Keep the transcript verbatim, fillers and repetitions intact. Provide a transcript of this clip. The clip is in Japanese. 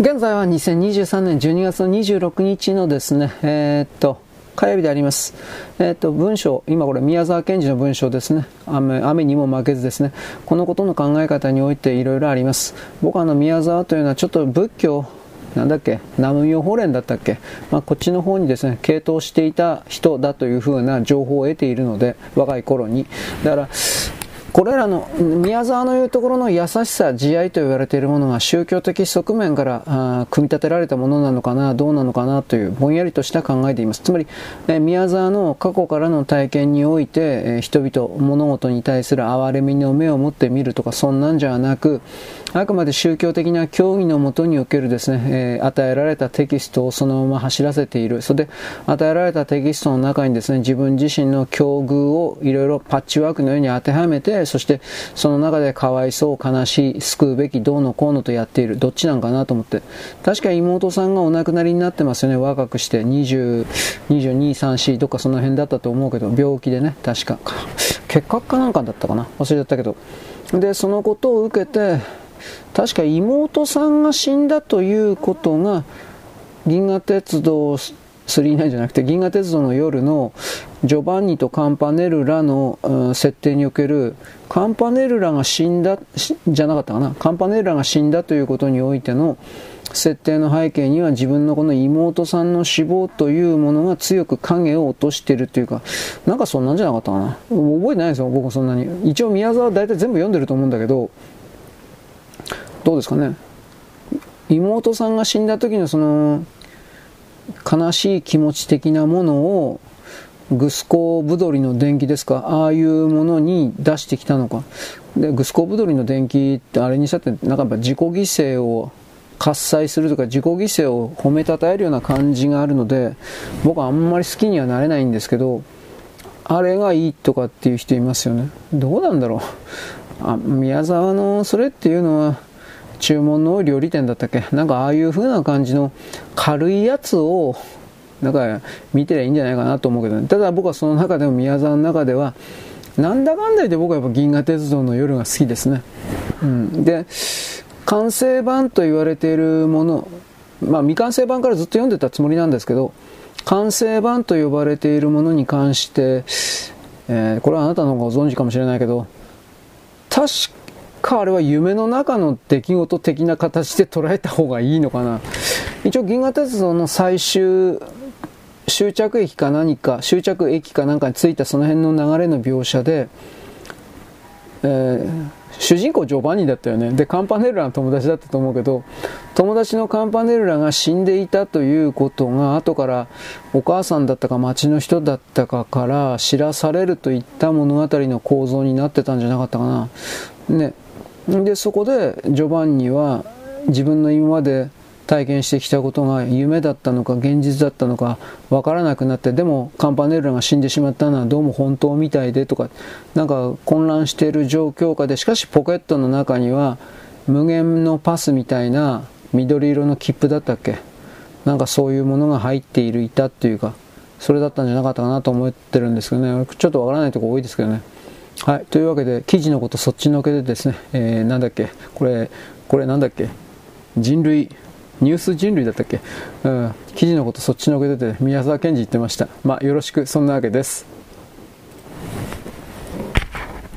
現在はにせんにじゅうさんねんじゅうにがつのにじゅうろくにちのですね、えー、っと、火曜日であります。えー、っと、文章、今これ宮沢賢治の文章ですね。雨、雨にも負けずですね。このことの考え方においていろいろあります。僕はあの宮沢というのはちょっと仏教、なんだっけ、南無妙法蓮だったっけ、まあ、こっちの方にですね、傾倒していた人だというふうな情報を得ているので、若い頃に。だから、これらの宮沢の言うところの優しさ、慈愛と言われているものが宗教的側面からあ組み立てられたものなのかな、どうなのかなというぼんやりとした考えでいます。つまり、え宮沢の過去からの体験において、え人々、物事に対する憐れみの目を持ってみるとか、そんなんじゃなく、あくまで宗教的な教義のもとにおけるですね、えー、与えられたテキストをそのまま走らせている。それで、与えられたテキストの中にですね、自分自身の境遇をいろいろパッチワークのように当てはめて、そしてその中でかわいそう、悲しい、救うべき、どうのこうのとやっている。どっちなんかなと思って。確か妹さんがお亡くなりになってますよね。若くしてにじゅう、にじゅうに、さん、よん、どっかその辺だったと思うけど、病気でね、確か。結核かなんかだったかな。忘れちゃったけど。で、そのことを受けて、確か妹さんが死んだということが銀河鉄道さんじゅうきゅうじゃなくて銀河鉄道の夜のジョバンニとカンパネルラの、うん、設定におけるカンパネルラが死んだじゃなかったかな、カンパネルラが死んだということにおいての設定の背景には自分のこの妹さんの死亡というものが強く影を落としているというか、なんかそんなんじゃなかったかな、覚えてないですよ僕そんなに。一応宮沢は大体全部読んでると思うんだけど、どうですかね。妹さんが死んだ時のその悲しい気持ち的なものをグスコーブドリの伝記ですか、ああいうものに出してきたのか。でグスコーブドリの伝記ってあれにしたってなんかやっぱ自己犠牲を喝采するとか自己犠牲を褒めたたえるような感じがあるので、僕はあんまり好きにはなれないんですけど、あれがいいとかっていう人いますよね。どうなんだろう。あ、宮沢のそれっていうのは注文の料理店だったっけ、なんかああいう風な感じの軽いやつをなんか見てりゃいいんじゃないかなと思うけどね。ただ僕はその中でも宮沢の中ではなんだかんだで僕はやっぱ銀河鉄道の夜が好きですね。うん、で完成版と言われているもの、まあ未完成版からずっと読んでたつもりなんですけど、完成版と呼ばれているものに関して、えー、これはあなたの方がご存知かもしれないけど、確かあれは夢の中の出来事的な形で捉えた方がいいのかな。一応銀河鉄道の最終終着駅か何か終着駅かなんかに着いたその辺の流れの描写で、えー、主人公ジョバンニだったよね。でカンパネルラの友達だったと思うけど、友達のカンパネルラが死んでいたということが後からお母さんだったか町の人だったかから知らされるといった物語の構造になってたんじゃなかったかなね。でそこでジョバンニは自分の今まで体験してきたことが夢だったのか現実だったのか分からなくなって、でもカンパネルラが死んでしまったのはどうも本当みたいでとか、なんか混乱している状況下で、しかしポケットの中には無限のパスみたいな緑色の切符だったっけ、なんかそういうものが入っているいたっていうか、それだったんじゃなかったかなと思ってるんですけどね。ちょっと分からないところ多いですけどね。はい、というわけで記事のことそっちのけでですね、えー、なんだっけこれこれなんだっけ人類ニュース人類だったっけ、うん、記事のことそっちのけでで宮沢賢治言ってました。まあよろしく、そんなわけです。